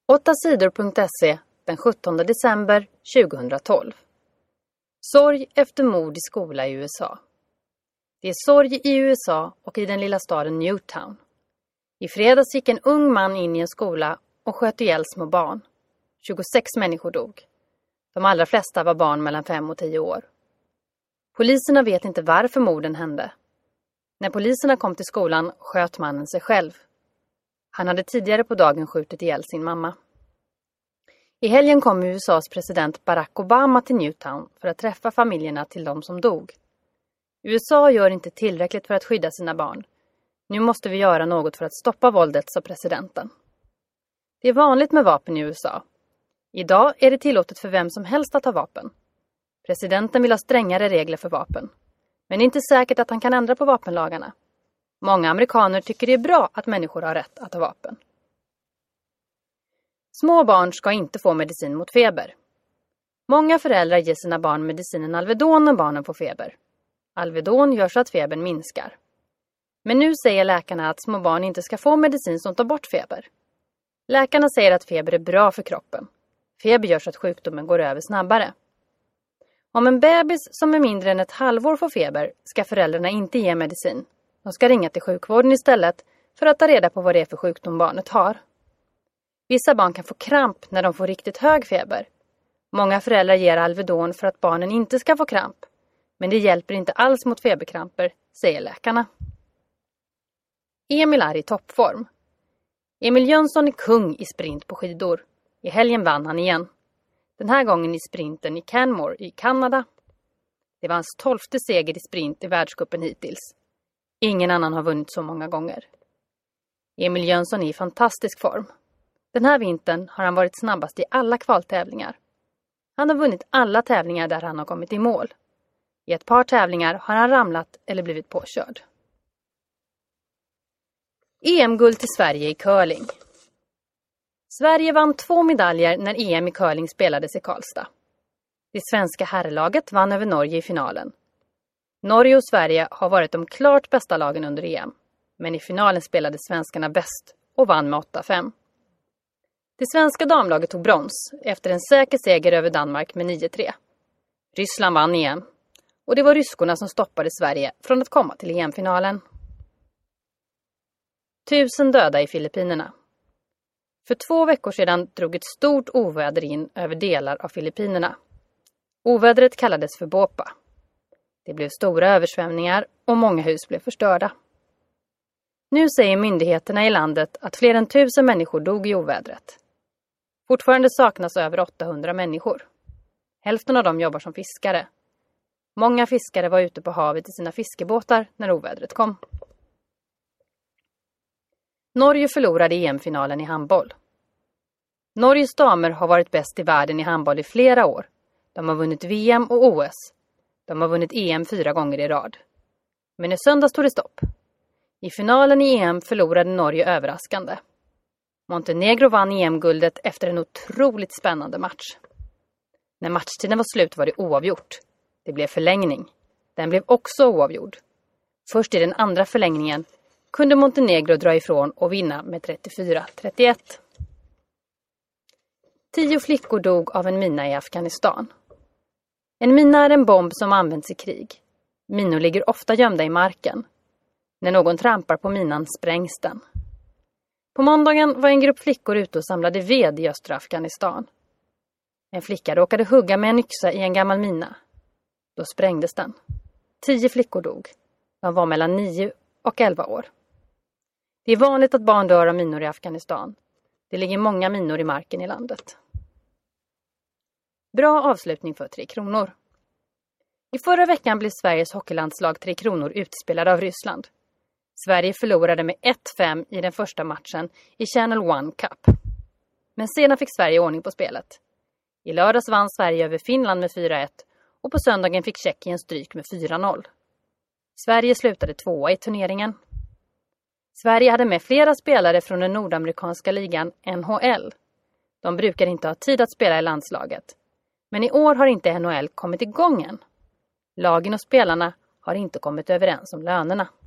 8sidor.se den 17 december 2012. Sorg efter mord i skola i USA. Det är sorg i USA och i den lilla staden Newtown. I fredags gick en ung man in i en skola och sköt ihjäl små barn. 26 människor dog. De allra flesta var barn mellan 5 och 10 år. Poliserna vet inte varför morden hände. När poliserna kom till skolan sköt mannen sig själv. Han hade tidigare på dagen skjutit ihjäl sin mamma. I helgen kom USAs president Barack Obama till Newtown för att träffa familjerna till de som dog. USA gör inte tillräckligt för att skydda sina barn. Nu måste vi göra något för att stoppa våldet, sa presidenten. Det är vanligt med vapen i USA. Idag är det tillåtet för vem som helst att ha vapen. Presidenten vill ha strängare regler för vapen. Men det är inte säkert att han kan ändra på vapenlagarna. Många amerikaner tycker det är bra att människor har rätt att ha vapen. Små barn ska inte få medicin mot feber. Många föräldrar ger sina barn medicinen Alvedon när barnen får feber. Alvedon gör så att febern minskar. Men nu säger läkarna att små barn inte ska få medicin som tar bort feber. Läkarna säger att feber är bra för kroppen. Feber gör så att sjukdomen går över snabbare. Om en bebis som är mindre än ett halvår får feber ska föräldrarna inte ge medicin. De ska ringa till sjukvården istället för att ta reda på vad det är för sjukdom barnet har. Vissa barn kan få kramp när de får riktigt hög feber. Många föräldrar ger Alvedon för att barnen inte ska få kramp. Men det hjälper inte alls mot feberkramper, säger läkarna. Emil är i toppform. Emil Jönsson är kung i sprint på skidor. I helgen vann han igen. Den här gången i sprinten i Canmore i Kanada. Det var hans 12:e seger i sprint i världscupen hittills. Ingen annan har vunnit så många gånger. Emil Jönsson är i fantastisk form. Den här vintern har han varit snabbast i alla kvaltävlingar. Han har vunnit alla tävlingar där han har kommit i mål. I ett par tävlingar har han ramlat eller blivit påkörd. EM-guld till Sverige i curling. Sverige vann 2 medaljer när EM i curling spelades i Karlstad. Det svenska herrlaget vann över Norge i finalen. Norge och Sverige har varit de klart bästa lagen under EM. Men i finalen spelade svenskarna bäst och vann med 8-5. Det svenska damlaget tog brons efter en säker seger över Danmark med 9-3. Ryssland vann EM. Och det var ryskorna som stoppade Sverige från att komma till EM-finalen. 1000 döda i Filippinerna. För 2 veckor sedan drog ett stort oväder in över delar av Filippinerna. Ovädret kallades för Bopa. Det blev stora översvämningar och många hus blev förstörda. Nu säger myndigheterna i landet att fler än 1000 människor dog i ovädret. Fortfarande saknas över 800 människor. Hälften av dem jobbar som fiskare. Många fiskare var ute på havet i sina fiskebåtar när ovädret kom. Norge förlorade EM-finalen i handboll. Norges damer har varit bäst i världen i handboll i flera år. De har vunnit VM och OS. De har vunnit EM 4 gånger i rad. Men i söndags tog det stopp. I finalen i EM förlorade Norge överraskande. Montenegro vann EM-guldet efter en otroligt spännande match. När matchtiden var slut var det oavgjort. Det blev förlängning. Den blev också oavgjord. Först i den andra förlängningen kunde Montenegro dra ifrån och vinna med 34-31. 10 flickor dog av en mina i Afghanistan. En mina är en bomb som används i krig. Minor ligger ofta gömda i marken. När någon trampar på minan sprängs den. På måndagen var en grupp flickor ute och samlade ved i östra Afghanistan. En flicka råkade hugga med en yxa i en gammal mina. Då sprängdes den. 10 flickor dog. De var mellan 9 och 11 år. Det är vanligt att barn dör av minor i Afghanistan. Det ligger många minor i marken i landet. Bra avslutning för 3 kronor. I förra veckan blev Sveriges hockeylandslag 3 kronor utspelade av Ryssland. Sverige förlorade med 1-5 i den första matchen i Channel One Cup. Men sedan fick Sverige ordning på spelet. I lördags vann Sverige över Finland med 4-1 och på söndagen fick Tjeckien stryk med 4-0. Sverige slutade 2:a i turneringen. Sverige hade med flera spelare från den nordamerikanska ligan NHL. De brukar inte ha tid att spela i landslaget. Men i år har inte NHL kommit igång än. Lagen och spelarna har inte kommit överens om lönerna.